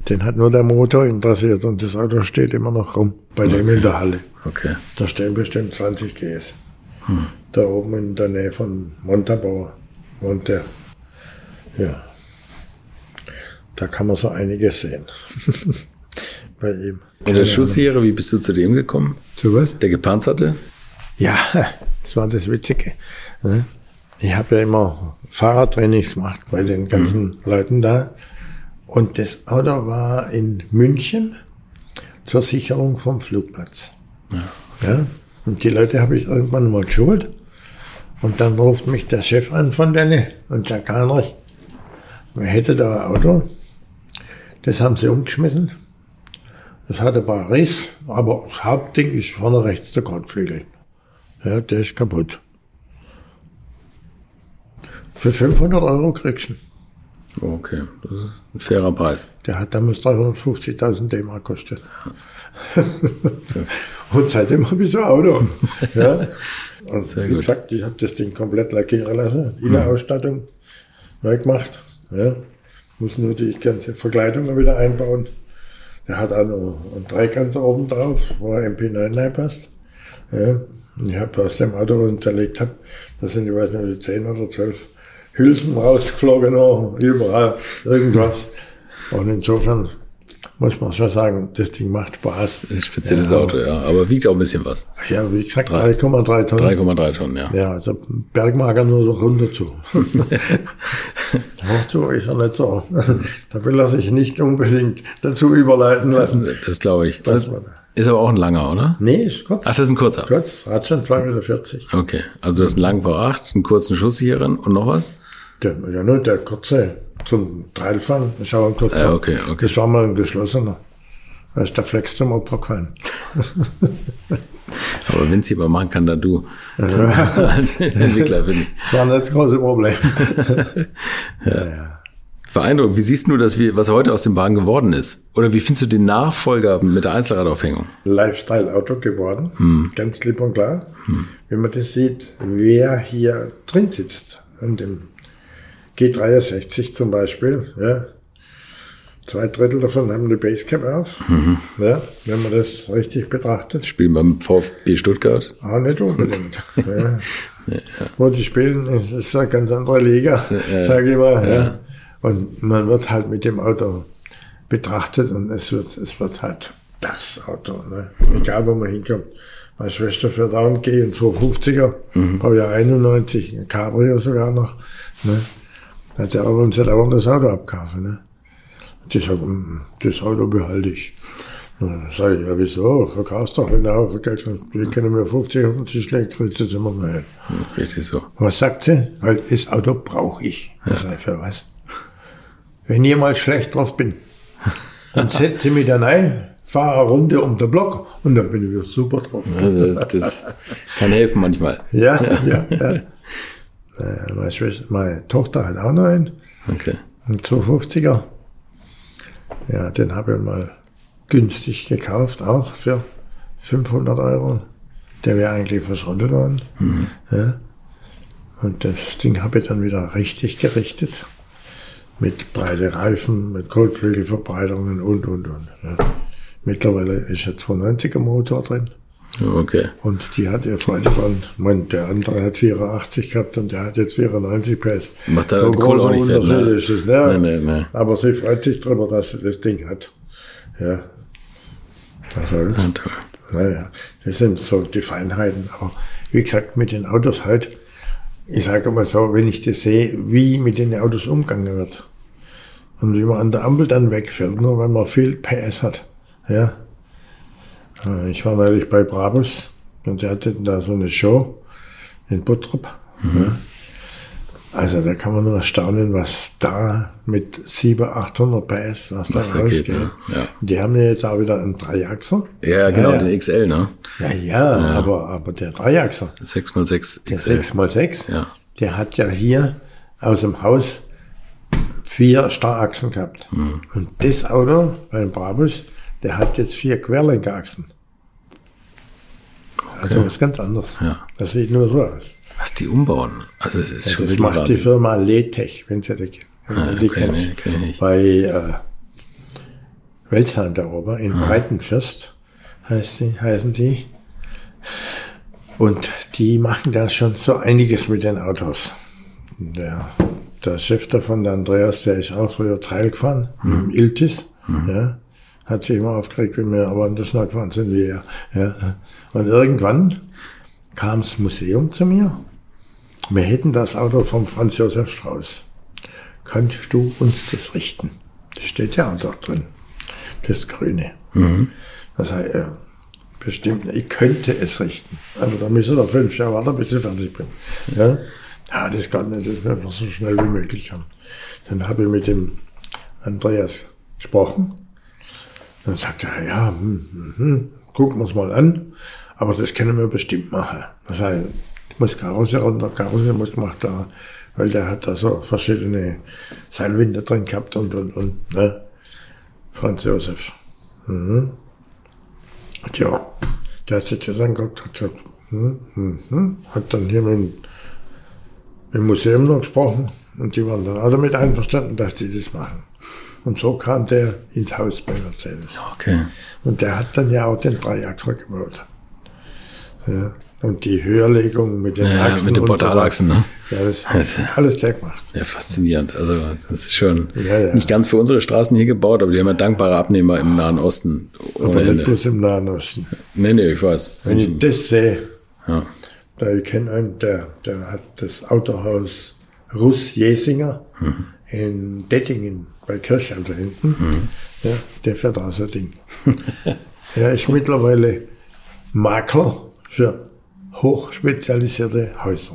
Den hat nur der Motor interessiert und das Auto steht immer noch rum, bei dem in der Halle. Okay. Da stehen bestimmt 20 Gs. Da oben in der Nähe von Montabaur wohnt der. Ja. Da kann man so einiges sehen. Bei ihm. Und der Schussjäger, wie bist du zu dem gekommen? Zu was? Der gepanzerte? Ja, das war das Witzige. Ich habe ja immer Fahrradtrainings gemacht bei den ganzen Leuten da. Und das Auto war in München zur Sicherung vom Flugplatz. Ja. Und die Leute habe ich irgendwann mal geschult. Und dann ruft mich der Chef an von denen und sagt, Heinrich, man hätte da ein Auto. Das haben sie umgeschmissen. Das hat ein paar Riss, aber das Hauptding ist vorne rechts der Kotflügel. Ja, der ist kaputt. Für 500 € kriegst du ihn. Okay, das ist ein fairer Preis. Der hat damals 350.000 DM gekostet. Und seitdem habe ich so ein Auto. Ja. Und sehr wie gesagt, ich habe das Ding komplett lackieren lassen. Innenausstattung neu gemacht. Ja. Muss nur die ganze Verkleidung wieder einbauen. Der hat auch noch einen Dreikanzer oben drauf, wo ein MP9 reinpasst. Ja. Und ich habe aus dem Auto, was ich zerlegt habe, da sind, ich weiß nicht, 10 oder 12 Hülsen rausgeflogen, noch überall irgendwas. Und insofern muss man schon sagen, das Ding macht Spaß. Das ist ein spezielles Auto, ja. Aber wiegt auch ein bisschen was. Ja, wie gesagt, 3,3 Tonnen. 3,3 Tonnen, ja. Ja, also Bergmager nur so runter zu. Dazu ist er nicht so. Da will er sich nicht unbedingt dazu überleiten lassen. Das glaube ich. Das ist aber auch ein langer, oder? Nee, ist kurz. Ach, das ist ein kurzer? Kurz, hat schon 2,40 Meter. Okay, also du hast einen langen V8, einen kurzen Schusssicheren und noch was? Ja, nur der kurze zum Trailfahren, das ist auch ein kurzer. Ja, okay. Das war mal ein geschlossener. Da ist der Flex zum Opfer gefallen. Aber wenn es jemand machen kann, dann du. Als Entwickler, finde ich. Das war nicht das große Problem. Ja. Beeindruckend. Wie siehst du, was heute aus dem Wagen geworden ist? Oder wie findest du den Nachfolger mit der Einzelradaufhängung? Lifestyle-Auto geworden, ganz klipp und klar. Wenn man das sieht, wer hier drin sitzt, an dem G63 zum Beispiel, ja, 2/3 davon haben eine Basecap auf, ja, wenn man das richtig betrachtet. Spielen beim VfB Stuttgart? Auch nicht unbedingt. Ja. Wo die spielen, ist eine ganz andere Liga, sage ich mal. Ja. Und man wird halt mit dem Auto betrachtet und es wird halt das Auto, ne? Egal wo man hinkommt. Meine Schwester fährt auch einen G, einen 250er, Baujahr 91, ein Cabrio sogar noch, ne? Hat der aber uns halt auch das Auto abkaufen, ne? Die sagen, das Auto behalte ich. Dann sage ich, ja wieso, verkaufst doch, wenn der Haufen Geld hat. Ich kann mir 50 auf den Tisch legen, kriegst du das immer mehr. Richtig so. Was sagt sie? Weil das Auto brauche ich. Ja. Das heißt, für was? Wenn ich mal schlecht drauf bin, dann setze ich mich dann ein, fahre eine Runde um den Block und dann bin ich wieder super drauf. Also das kann helfen manchmal. Ja. Meine Tochter hat auch noch einen. Okay. Einen 250er. Ja, den habe ich mal günstig gekauft, auch für 500 €. Der wäre eigentlich verschrottet worden. Ja. Und das Ding habe ich dann wieder richtig gerichtet. Mit breite Reifen, mit Kotflügelverbreiterungen und. Ja. Mittlerweile ist ein 290er Motor drin. Okay. Und die hat ihr Freude von, der andere hat 84 gehabt und der hat jetzt 94 PS. Macht da so Kohle auch nicht fett, ne? Ist es, ne? Nee. Aber sie freut sich drüber, dass sie das Ding hat. Ja. Was soll's? Ja, toll. Naja, das sind so die Feinheiten. Aber wie gesagt, mit den Autos halt, ich sage mal so, wenn ich das sehe, wie mit den Autos umgegangen wird und wie man an der Ampel dann wegfährt, nur weil man viel PS hat. Ja. Ich war neulich bei Brabus und sie hatten da so eine Show in Bottrop. Ja. Also da kann man nur erstaunen, was da mit 700-800 PS, was da rausgeht. Ne? Ja. Die haben ja jetzt auch wieder einen Dreiachser. Ja, genau, den XL, ne? Ja. Aber der Dreiachser. 6x6 Der 6x6, ja. Der hat ja hier aus dem Haus 4 Starrachsen gehabt. Und das Auto beim Brabus, der hat jetzt 4 Querlenkerachsen. Okay. Also was ganz anderes. Ja. Das sieht nur so aus. Was die umbauen. Also es ist schon das macht die Firma Letech, wenn sie die kennen. Kenn ich nicht. Bei Welzheim da oben, in Breitenfürst heißen die. Und die machen da schon so einiges mit den Autos. Der Chef davon, der Andreas, der ist auch früher Trail gefahren, im Iltis. Ja, hat sich immer aufgeregt, wenn wir aber anders noch gefahren sind wie er. Ja. Und irgendwann kam das Museum zu mir. Wir hätten das Auto vom Franz Josef Strauß. Kannst du uns das richten? Das steht ja auch dort drin. Das Grüne. Das heißt, bestimmt, ich könnte es richten. Aber da müssen wir 5 Jahre warten, bis ich fertig bin. Ja, das kann nicht, das werden wir so schnell wie möglich haben. Dann habe ich mit dem Andreas gesprochen. Dann sagt er, gucken wir es mal an. Aber das können wir bestimmt machen. Das heißt, muss Karosse runter, Karosse muss gemacht da, weil der hat da so verschiedene Seilwinde drin gehabt und, ne? Franz Josef. Tja, der hat sich das angeguckt, hat gesagt, hat dann hier mit dem Museum noch gesprochen und die waren dann auch damit einverstanden, dass die das machen. Und so kam der ins Haus bei Mercedes. Okay. Und der hat dann ja auch den Dreiachser gebaut. Ja. Und die Höherlegung mit den Achsen. Mit den Portalachsen, ne? Ja, das hat alles der gemacht. Ja, faszinierend. Also, das ist schon nicht ganz für unsere Straßen hier gebaut, aber die haben ja dankbare Abnehmer im Nahen Osten. Aber nicht bloß im Nahen Osten. Nee, ich weiß. Wenn ich das sehe, ich kenne einen, der hat das Autohaus Russ-Jesinger in Dettingen bei Kirchheim da hinten. Ja, der fährt auch so ein Ding. Er ist mittlerweile Makler für hochspezialisierte Häuser.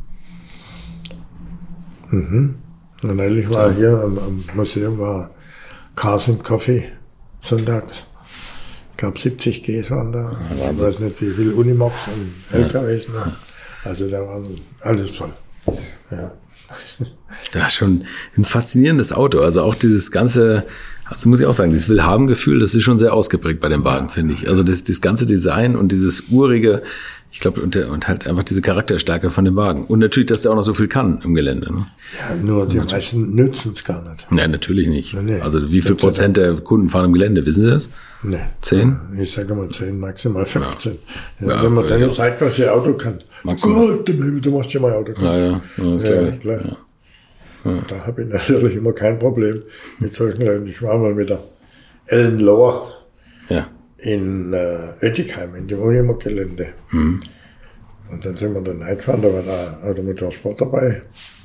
Und neulich war hier am Museum war Cars and Coffee sonntags. Ich glaube 70 Gs waren da. Ich weiß nicht wie viel Unimox und LKWs. Also da waren alles voll. Ja. Das ist schon ein faszinierendes Auto. Also auch dieses ganze, also muss ich auch sagen, dieses Willhaben-Gefühl, das ist schon sehr ausgeprägt bei dem Wagen, finde ich. Also das ganze Design und dieses urige, ich glaube, und halt einfach diese Charakterstärke von dem Wagen. Und natürlich, dass der auch noch so viel kann im Gelände. Ne? Ja, nur die meisten nützen es gar nicht. Nein, natürlich nicht. Nee. Also wie viel Prozent der Kunden fahren im Gelände, wissen Sie das? Nee. 10? Ich sage mal 10, maximal 15. Ja, wenn man dann zeigt, was ihr Auto kann. Maximal. Gott, du machst ja mein Auto kann. Ja, klar. Da habe ich natürlich immer kein Problem mit solchen Leuten. Ich war mal mit der Ellen Lower in Oettigheim, in dem Unimog-Gelände. Und dann sind wir dann reingefahren, da war der Automotorsport dabei.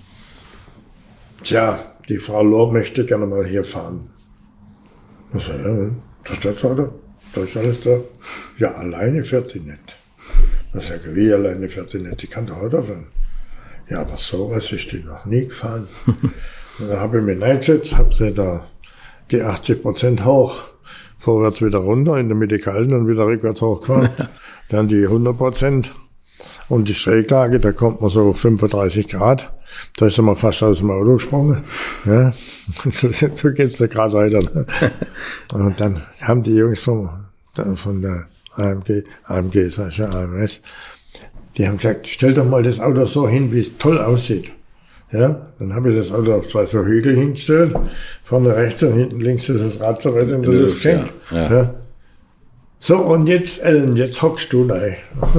Tja, die Frau Lohr möchte gerne mal hier fahren. Ich so, da steht das Auto, da ist alles da. Ja, alleine fährt die nicht. Da sage ich, wie alleine fährt die nicht? Die kann doch Auto fahren. Ja, aber sowas ist die noch nie gefahren. Und dann habe ich mich reingesetzt, habe sie da die 80% hoch, vorwärts wieder runter, in der Mitte gehalten und wieder rückwärts hochgefahren. Dann die 100% und die Schräglage, da kommt man so 35 Grad. Da ist man fast aus dem Auto gesprungen. Ja, so geht's ja gerade weiter. Ne? Und dann haben die Jungs von der AMG, sag ich ja, AMS, die haben gesagt, stell doch mal das Auto so hin, wie es toll aussieht. Ja, dann habe ich das Auto auf 2 so Hügel hingestellt, vorne rechts und hinten links ist das Rad so weit in der Luft hängt. Ja. So, und jetzt, Ellen, jetzt hockst du rein.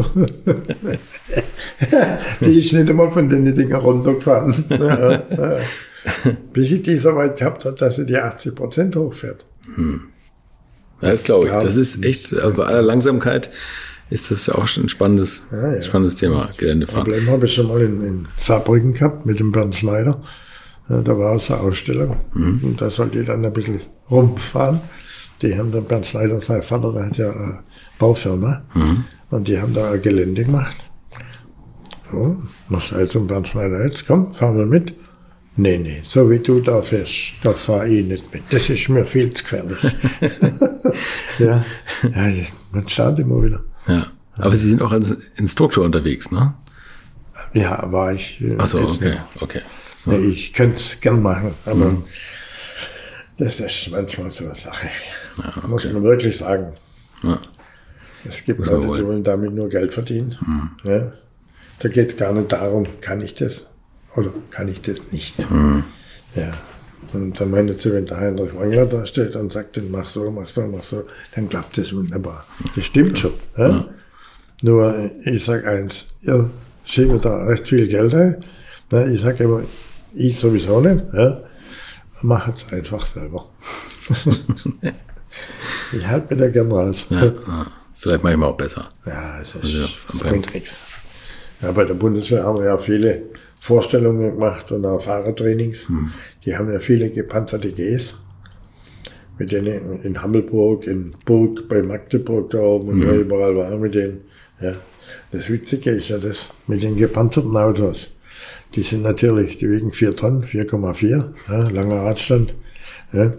Die ist nicht einmal von den Dinger runtergefahren. Bis ich die so weit gehabt habe, dass sie die 80% hochfährt. Ja, das glaube ich. Das ist echt, bei aller Langsamkeit ist das auch schon ein spannendes Thema, Geländefahren. Problem habe ich schon mal in Saarbrücken gehabt mit dem Bernd Schneider. Da war auch so eine Ausstellung. Und da sollte ich dann ein bisschen rumfahren. Die haben dann Bernd Schneider, sein Vater, der hat ja eine Baufirma. Und die haben da ein Gelände gemacht. So, muss halt zum Bernd Schneider, jetzt komm, fahren wir mit. Nee, so wie du da fährst, da fahre ich nicht mit. Das ist mir viel zu gefährlich. Man startet immer wieder. Ja, aber Sie sind auch als Instruktor unterwegs, ne? Ja, war ich. Ach so, okay. So. Nee, ich könnte es gern machen, aber das ist manchmal so eine Sache. Ja, okay. Muss man wirklich sagen. Ja. Es gibt Leute, die wollen damit nur Geld verdienen. Ja? Da geht es gar nicht darum, kann ich das oder kann ich das nicht. Ja. Und dann meinte sie, wenn der Heinrich Wangler da steht und sagt, dann mach so, dann klappt das wunderbar. Das stimmt schon. Ja? Nur, ich sag eins, ihr schiebt da recht viel Geld ein. Ja, ich sag immer, ich sowieso nicht. Ja? Macht es einfach selber. Ich halte mir da gern raus. Ja, vielleicht manchmal auch besser. Ja, es bringt nichts. Ja, bei der Bundeswehr haben wir ja viele Vorstellungen gemacht und auch Fahrertrainings. Die haben ja viele gepanzerte Gs. Mit denen in Hammelburg, in Burg, bei Magdeburg da oben und überall waren mit denen. Ja. Das Witzige ist ja das mit den gepanzerten Autos. Die sind natürlich, die wiegen 4 Tonnen, 4,4, ja, langer Radstand. Ja.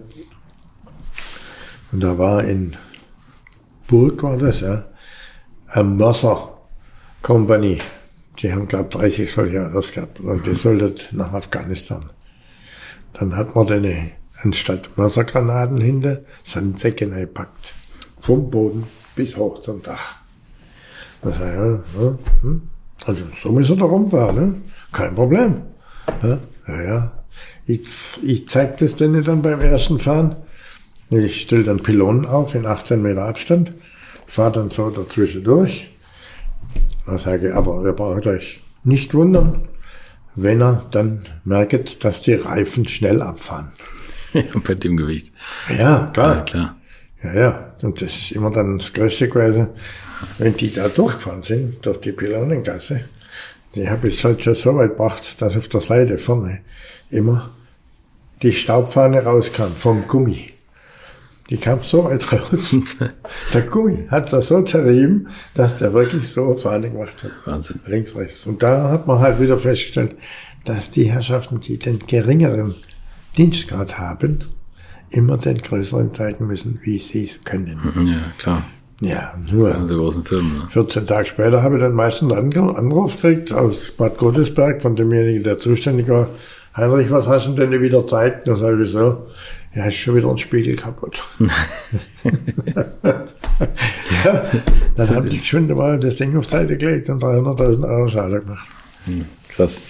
Und da war in Burg, war das, ja, eine Mörser Company. Die haben, glaube ich, 30 solche Autos gehabt. Und die sollten nach Afghanistan. Dann hat man denen anstatt Mörsergranaten hinter Sandsäcke eingepackt. Vom Boden bis hoch zum Dach. Da sag ich, also so müssen wir da rumfahren, ne? Kein Problem. Ja. Ich zeig das denen dann beim ersten Fahren. Ich stelle dann Pylonen auf in 18 Meter Abstand, fahre dann so dazwischen durch. Dann sage ich, aber ihr braucht euch nicht wundern, wenn er dann merkt, dass die Reifen schnell abfahren. Bei dem Gewicht. Ja, klar. Ja, klar. Ja. Und das ist immer dann das Größte gewesen, wenn die da durchgefahren sind, durch die Pylonengasse. Die habe ich halt schon so weit gebracht, dass auf der Seite vorne immer die Staubfahne rauskam vom Gummi. Die kam so weit raus. Der Gummi hat das so zerrieben, dass der wirklich so Fahne gemacht hat. Wahnsinn. Links, rechts. Und da hat man halt wieder festgestellt, dass die Herrschaften, die den geringeren Dienstgrad haben, immer den größeren zeigen müssen, wie sie es können. Ja, klar. Ja, nur. In so großen Firmen. Ne? 14 Tage später habe ich dann meistens einen Anruf gekriegt aus Bad Godesberg von demjenigen, der zuständig war. Heinrich, was hast du denn wieder gezeigt? Da sage ich so, ja, ist schon wieder ein Spiegel kaputt. Ja, dann habe ich schon mal das Ding auf die Seite gelegt und 300.000 Euro Schade gemacht. Krass.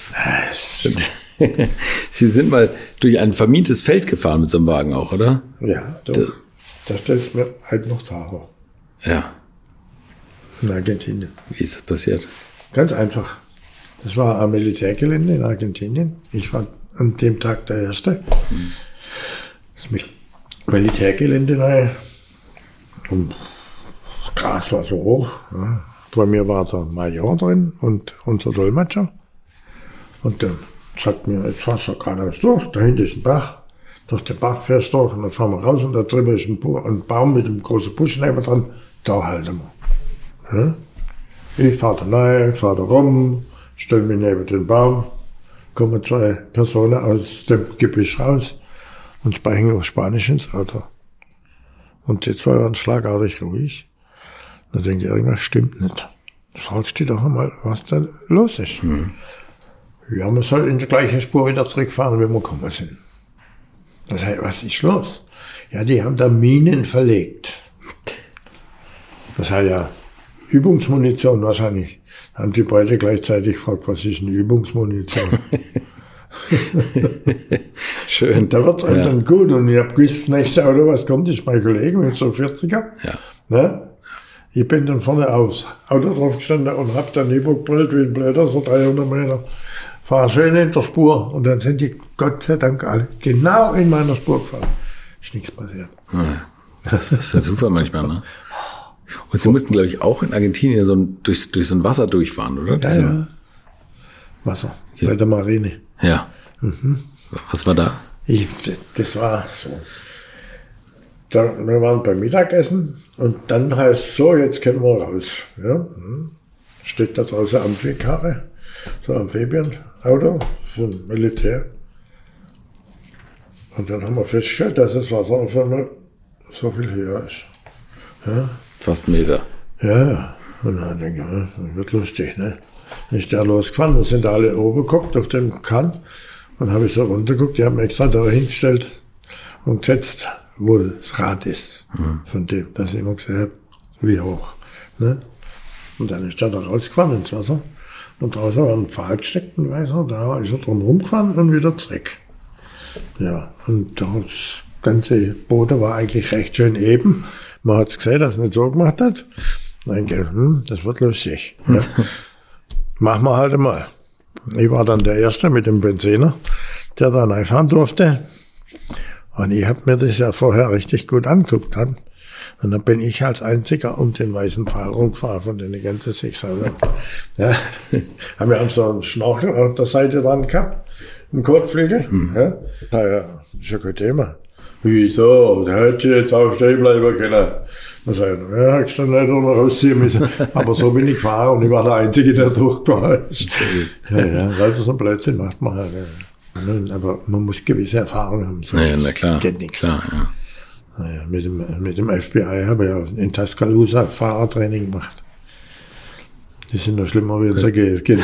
Sie sind mal durch ein vermintes Feld gefahren mit so einem Wagen auch, oder? Ja, doch. Da stellst du mir halt noch Tahoe. Ja. In Argentinien. Wie ist das passiert? Ganz einfach. Das war ein Militärgelände in Argentinien. Ich war an dem Tag der Erste. Das Militärgelände da. Und das Gras war so hoch. Ja. Bei mir war der Major drin und unser Dolmetscher. Und dann sagt mir, jetzt fahrst du geradeaus durch, da hinten ist ein Bach. Durch den Bach fährst du durch und dann fahren wir raus und da drüben ist ein Baum mit einem großen Busch neben dran. Da halten wir. Ja. Ich fahre da rein, fahre da rum, stelle mich neben den Baum, kommen 2 Personen aus dem Gebüsch raus und sprechen auf Spanisch ins Auto. Und die 2 waren schlagartig ruhig. Da denke ich, irgendwas stimmt nicht. Fragst du doch einmal, was da los ist. Ja, man soll in der gleichen Spur wieder zurückfahren, wie wir gekommen sind. Das heißt, was ist los? Ja, die haben da Minen verlegt. Das heißt ja Übungsmunition wahrscheinlich. Haben die beide gleichzeitig gefragt, was ist eine Übungsmunition? Schön. Da wird's einem dann gut. Und ich habe gewusst, das nächste Auto, was kommt, ist mein Kollege mit so 40er. Ja. Ne? Ich bin dann vorne aufs Auto drauf gestanden und hab dann übergebrüllt wie ein Blöder, so 300 Meter. Fahr schön in der Spur. Und dann sind die, Gott sei Dank, alle genau in meiner Spur gefahren. Ist nichts passiert. Das ist für ein Zufall manchmal, ne? Und Sie mussten, glaube ich, auch in Argentinien durch so ein Wasser durchfahren, oder? Ja. Wasser. Ja. Bei der Marine. Ja. Was war da? Das war so. Wir waren beim Mittagessen und dann heißt so, jetzt können wir raus. Ja. Steht da draußen Amphikarre, so ein Amphibienauto für ein Militär. Und dann haben wir festgestellt, dass das Wasser auf einmal so viel höher ist. Ja. Fast 1 Meter. Ja. Und dann denke ich, das wird lustig, ne? Dann ist der losgefahren, da sind alle oben geguckt auf dem Kahn. Und habe ich so runtergeguckt, die haben extra da hingestellt und gesetzt, wo das Rad ist. Von dem, dass ich immer gesehen habe, wie hoch. Ne? Und dann ist er da rausgefahren ins Wasser. Und draußen war ein Pfahl gesteckt, ein weißer, da ist er drum rumgefahren und wieder zurück. Ja, und das ganze Boden war eigentlich recht schön eben. Man hat es gesehen, dass es nicht so gemacht hat. Dann denke ich, das wird lustig. Ja. Machen wir halt mal. Ich war dann der Erste mit dem Benziner, der da reinfahren durfte. Und ich habe mir das ja vorher richtig gut angeguckt. Und dann bin ich als Einziger um den weißen Pfahl rumgefahren von den ganzen 6 Autos. Ja. Haben wir so einen Schnorchel auf der Seite dran gehabt, einen Kotflügel. Ja. Ja, ist ja kein Thema. Wieso? Da hätte ich jetzt auch stehen bleiben können. Dann sag ich, ja, hättest du nicht noch rausziehen müssen. Aber so bin ich gefahren und ich war der Einzige, der durchgefahren ist. Ja, Leute, so einen Blödsinn macht man halt. Ja. Aber man muss gewisse Erfahrungen haben. So ja, na klar. Geht nichts. Klar, ja. Naja, mit dem FBI habe ich ja in Tuscaloosa Fahrertraining gemacht. Die sind noch schlimmer wie unser Kinder.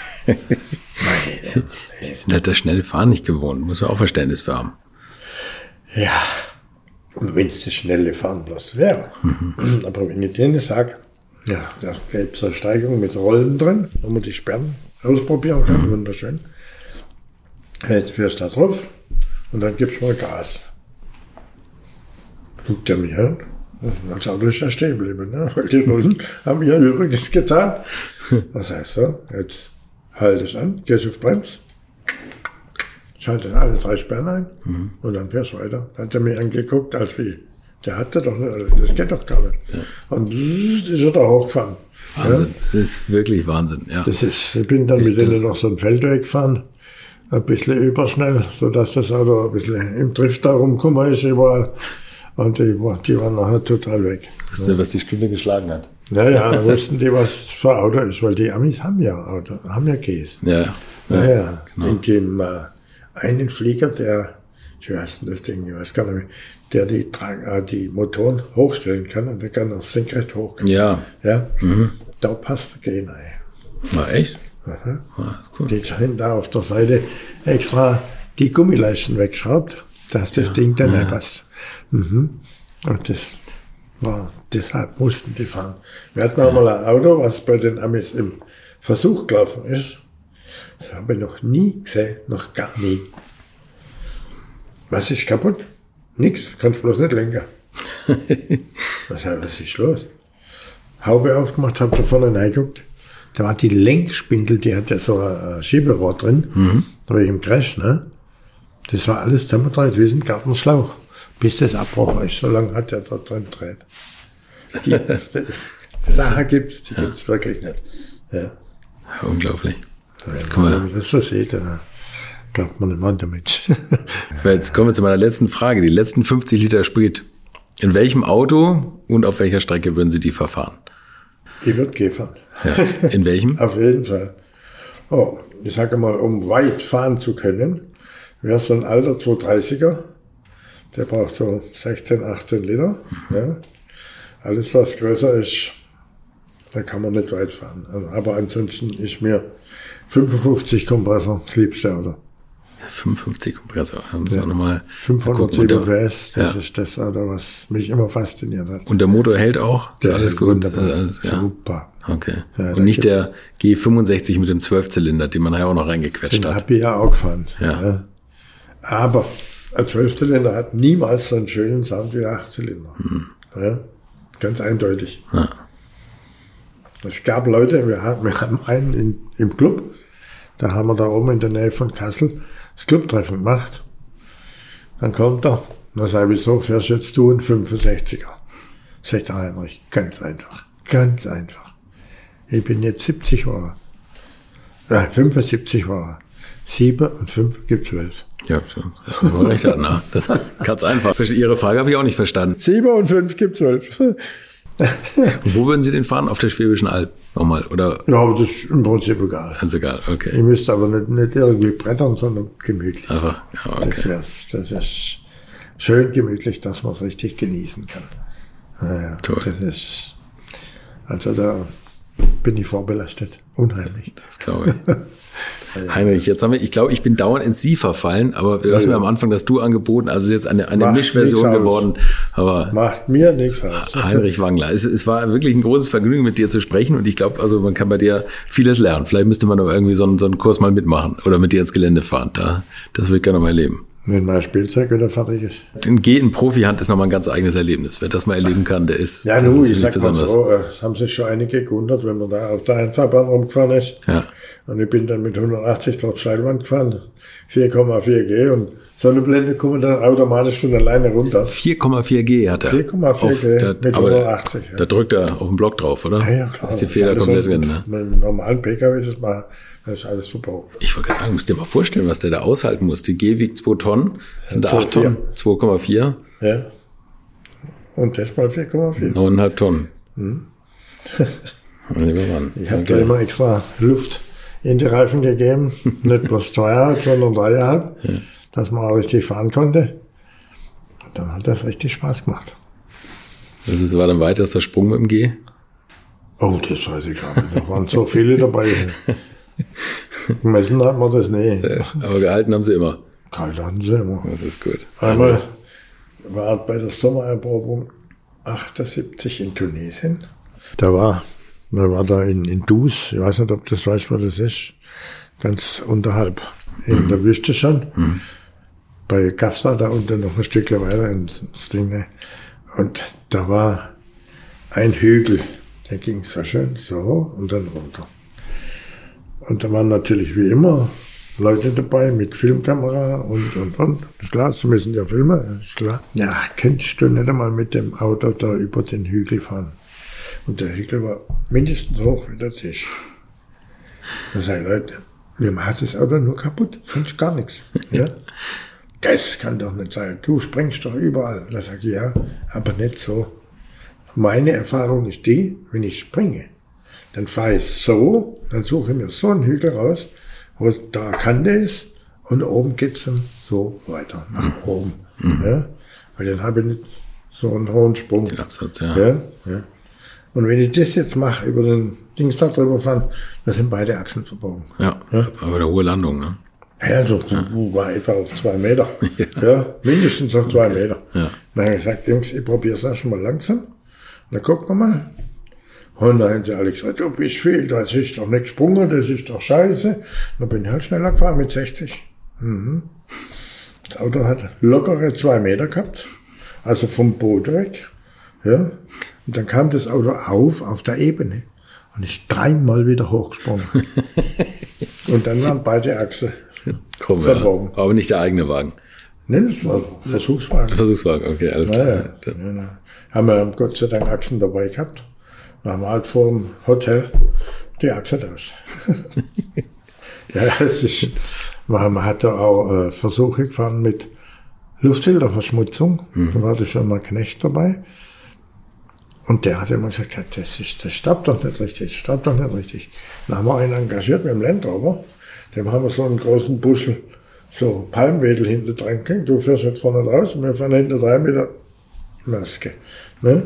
Die sind halt das schnelle Fahren nicht gewohnt. Muss man auch Verständnis für haben. Ja, wenn es das schnelle Fahren bloß wäre. Aber wenn ich denen sage, ja, da gibt es eine Steigung mit Rollen drin, wo man die Sperren ausprobieren kann, wunderschön. Jetzt fährst du da drauf und dann gibst du mal Gas. Guckt er mich an, als Auto ist ja stehen geblieben, ne? Weil die Rollen haben ihr Übriges getan. Was heißt so? Jetzt haltest an, gehst auf Brems, schaltet alle 3 Sperren ein und dann fährst du weiter. Dann hat er mich angeguckt, als wie, der hatte doch nicht, das geht doch gar nicht. Ja. Und ist er da hochgefahren. Wahnsinn, ja? Das ist wirklich Wahnsinn, ja. Ich bin dann mit denen noch so einen Feldweg gefahren, ein bisschen überschnell, sodass das Auto ein bisschen im Drift da rumgekommen ist überall. Und die waren nachher total weg. Wussten, was die Stunde geschlagen hat. Naja, da wussten die, was für Auto ist, weil die Amis haben ja Auto, haben ja Käse. Ja. Naja, genau. In dem einen Flieger, der, ich weiß nicht das Ding, ich weiß gar nicht mehr, der die Motoren hochstellen kann und der kann auch senkrecht hoch. Ja. Ja. Da passt der Gehen rein. War echt? Aha. Cool. Die haben da auf der Seite extra die Gummileisten weggeschraubt, dass das Ding dann nicht passt. Und das war, deshalb mussten die fahren. Wir hatten auch mal ein Auto, was bei den Amis im Versuch gelaufen ist. Das habe ich noch nie gesehen, noch gar nie. Was ist kaputt? Nix, kannst bloß nicht lenken. Was ist los? Haube aufgemacht, hab da vorne reingeguckt. Da war die Lenkspindel, die hat ja so ein Schieberohr drin, wegen dem Crash, ne? Das war alles zusammengedreht wie ein Gartenschlauch. Bis das abbrochen ist, so lange hat er da drin gedreht. Sachen gibt's, die gibt's wirklich nicht. Ja. Unglaublich. Wenn man das so sieht, dann glaubt man nicht mehr damit. Jetzt kommen wir zu meiner letzten Frage. Die letzten 50 Liter Sprit. In welchem Auto und auf welcher Strecke würden Sie die verfahren? Ich würde gehen fahren. Ja. In welchem? Auf jeden Fall. Oh, ich sage mal, um weit fahren zu können, wäre so ein alter 230er. Der braucht so 16, 18 Liter. Ja. Alles, was größer ist, da kann man nicht weit fahren. Aber ansonsten ist mir 55 Kompressor das liebste Auto. 55 Kompressor. Haben Sie auch nochmal 507 PS, das ist das Auto, was mich immer fasziniert hat. Und der Motor hält auch? Ist der alles gut? Wunderbar. Alles, ja. Super. Okay. Ja, und nicht der G65 mit dem 12-Zylinder, den man ja auch noch reingequetscht den hat. Den habe ich ja auch gefahren. Ja. Ja. Aber ein 12-Zylinder hat niemals so einen schönen Sound wie ein 8-Zylinder. Ja. Ganz eindeutig. Ja. Es gab Leute, wir haben einen im Club, da haben wir da oben in der Nähe von Kassel das Clubtreffen gemacht. Dann kommt er, dann sage ich, wieso fährst jetzt du einen 65er? Sagt der Heinrich, ganz einfach, ganz einfach. Ich bin jetzt 70 Jahre. 75 Jahre. 7 und 5 gibt 12. Ja, schon. Recht hat, na. Das ist ganz einfach. Ihre Frage habe ich auch nicht verstanden. 7 und 5 gibt 12. Und wo würden Sie den fahren? Auf der Schwäbischen Alb nochmal? Oder? Ja, aber das ist im Prinzip egal. Ganz egal, okay. Ich müsste aber nicht irgendwie brettern, sondern gemütlich. Einfach, ja, okay. Das ist schön gemütlich, dass man es richtig genießen kann. Ja, toll. Das ist, also da bin ich vorbelastet. Unheimlich. Das glaube ich. Heinrich, jetzt haben wir, ich glaube, ich bin dauernd ins Sie verfallen, aber du hast mir am Anfang das Du angeboten, also ist jetzt eine Mischversion geworden. Aber macht mir nichts aus. Heinrich Wangler, es war wirklich ein großes Vergnügen, mit dir zu sprechen und ich glaube, also man kann bei dir vieles lernen. Vielleicht müsste man noch irgendwie so einen Kurs mal mitmachen oder mit dir ins Gelände fahren. Das würde ich gerne mal erleben. wenn mein Spielzeug wieder fertig ist. Den G in Profihand ist nochmal ein ganz eigenes Erlebnis. Wer das mal erleben kann, der ist. Ja, nun, ich sag mal so, es haben sich schon einige gewundert, wenn man da auf der Einfahrbahn rumgefahren ist. Ja. Und ich bin dann mit 180 durch Steilwand gefahren, 4,4 G und Sonnenblende kommen dann automatisch von alleine runter. 4,4 G hat er. 4,4 G mit 180. Da drückt er auf den Block drauf, oder? Ja, klar. Ist die Feder komplett drin, ne? Mit einem normalen PKW das ist alles verbaut. Ich wollte gerade sagen, musst dir mal vorstellen, was der da aushalten muss. Die G wiegt 2 Tonnen, sind da 8 Tonnen, 2,4. Ja. Und das mal 4,4. 9,5 Tonnen. Ich habe da immer extra Luft in die Reifen gegeben. Nicht bloß 2,5, sondern 3,5. Ja. Dass man auch richtig fahren konnte. Und dann hat das richtig Spaß gemacht. Das war dann weitester Sprung mit dem G? Oh, das weiß ich gar nicht. Da waren so viele dabei. Gemessen hat man das nicht. Aber gehalten haben sie immer. Gehalten haben sie immer. Das ist gut. Einmal war bei der Sommererprobung 78 in Tunesien. Man war da in Dus. Ich weiß nicht, ob das weißt, wo das ist. Ganz unterhalb. In der Wüste schon. Bei Gafsa da unten noch ein Stückchen weiter ins Ding. Und da war ein Hügel. Der ging so schön so hoch und dann runter. Und da waren natürlich wie immer Leute dabei mit Filmkamera und. Ist klar, sie müssen ja filmen, ist klar. Ja, könntest du nicht einmal mit dem Auto da über den Hügel fahren. Und der Hügel war mindestens so hoch wie der Tisch. Da sag ich, Leute, wir machen das Auto nur kaputt, sonst gar nichts. Ja? Das kann doch nicht sein. Du springst doch überall. Da sag ich, ja, aber nicht so. Meine Erfahrung ist die, wenn ich springe, dann fahre ich so, dann suche ich mir so einen Hügel raus, wo da Kante ist und oben geht's dann so weiter, nach oben. Ja? Weil dann habe ich nicht so einen hohen Sprung. Absatz, ja. Ja? Und wenn ich das jetzt mache, über den Dings da drüber fahren, dann sind beide Achsen verbogen. Ja, aber eine hohe Landung, ne? Ja, so war etwa auf 2 Meter. Ja, mindestens auf 2 Meter. Ja. Dann habe ich gesagt, Jungs, ich probiere es erst mal langsam. Dann gucken wir mal. Und dann haben sie alle gesagt, du bist viel, das ist doch nicht gesprungen, das ist doch scheiße. Dann bin ich halt schneller gefahren mit 60. Das Auto hat lockere 2 Meter gehabt, also vom Boden weg. Ja. Und dann kam das Auto auf der Ebene und ist 3-mal wieder hochgesprungen. Und dann waren beide Achsen verbogen. Ja. Aber nicht der eigene Wagen. Nein, das war Versuchswagen. Versuchswagen, okay, alles klar. Ja. Haben wir Gott sei Dank Achsen dabei gehabt. Dann haben wir halt vor dem Hotel die Achse aus. Ja, es ist, man hat da auch Versuche gefahren mit Luftfilterverschmutzung. Da war die Firma Knecht dabei. Und der hat immer gesagt, das staubt doch nicht richtig, Dann haben wir einen engagiert mit dem Land Rover. Dem haben wir so einen großen Buschel, so Palmwedel hinten dran gekriegt. Du fährst jetzt vorne raus und wir fahren hinten rein mit der Maske. Ne?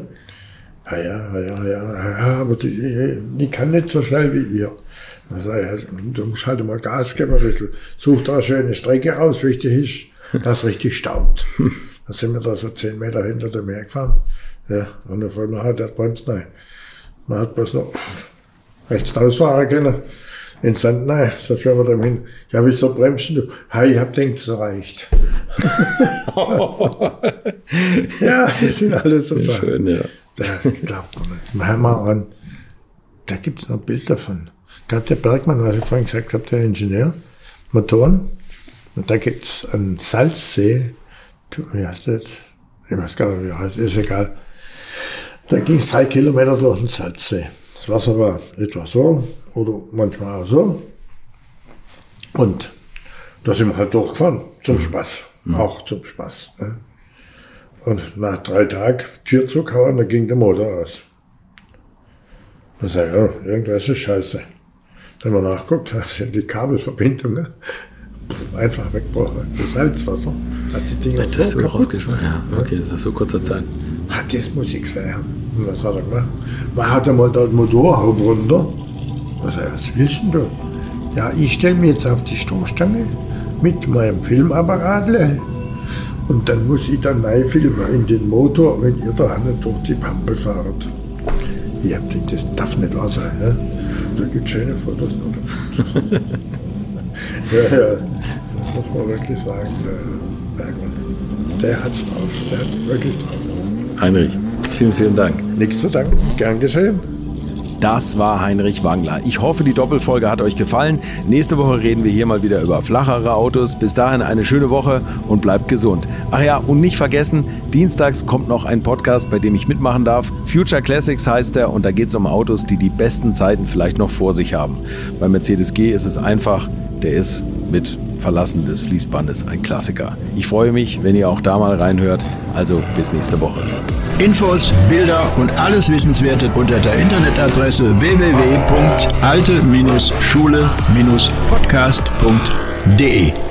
Ja, aber die kann nicht so schnell wie ihr. Dann sag ich, du musst halt mal Gas geben, ein bisschen. Such da eine schöne Strecke raus, wichtig ist, dass es richtig staubt. Dann sind wir da so 10 Meter hinter dem Meer gefahren. Ja, und auf einmal hat der bremst rein. Man hat bloß noch rechts rausfahren können. In Sand, nein, so fahren wir dann hin. Ja, wieso bremst du? Hey, ich hab gedacht, das reicht. Ja, das sind alles so Sachen. Schön, ja. Das glaubt man nicht. Wir haben auch da gibt's noch ein Bild davon. Gerade der Bergmann, was ich vorhin gesagt habe, der Ingenieur, Motoren. Und da gibt's einen Salzsee. Wie heißt das? Ich weiß gar nicht, wie heißt, ist egal. Da ging's 3 Kilometer durch den Salzsee. Das Wasser war etwa so oder manchmal auch so. Und da sind wir halt durchgefahren, zum Spaß. Auch zum Spaß. Ne? Und nach 3 Tagen Tür zugehauen, da ging der Motor aus. Dann sag ich, ja, irgendwas ist scheiße. Dann haben wir nachgeguckt, da sind die Kabelverbindungen einfach weggebrochen. Das Salzwasser hat die Dinger das ist so rausgeschwommen. Ja, okay, das ist so kurzer Zeit. Das muss ich sagen. Und was hat er gemacht? Man hat einmal da den Motorhaube runter. Was willst denn du? Ja, ich stelle mich jetzt auf die Stoßstange mit meinem Filmapparat und dann muss ich dann neu filmen in den Motor, wenn ihr da nicht durch die Pampe fahrt. Ich hab gedacht, das darf nicht wahr sein. Ja? Da gibt es schöne Fotos noch davon. Ja, das muss man wirklich sagen. Bergmann. Der hat's drauf, der hat wirklich drauf. Heinrich, vielen, vielen Dank. Nichts zu danken, gern geschehen. Das war Heinrich Wangler. Ich hoffe, die Doppelfolge hat euch gefallen. Nächste Woche reden wir hier mal wieder über flachere Autos. Bis dahin eine schöne Woche und bleibt gesund. Ach ja, und nicht vergessen, dienstags kommt noch ein Podcast, bei dem ich mitmachen darf. Future Classics heißt er und da geht es um Autos, die die besten Zeiten vielleicht noch vor sich haben. Bei Mercedes G ist es einfach, der ist mit Verlassen des Fließbandes ein Klassiker. Ich freue mich, wenn ihr auch da mal reinhört. Also bis nächste Woche. Infos, Bilder und alles Wissenswerte unter der Internetadresse www.alte-schule-podcast.de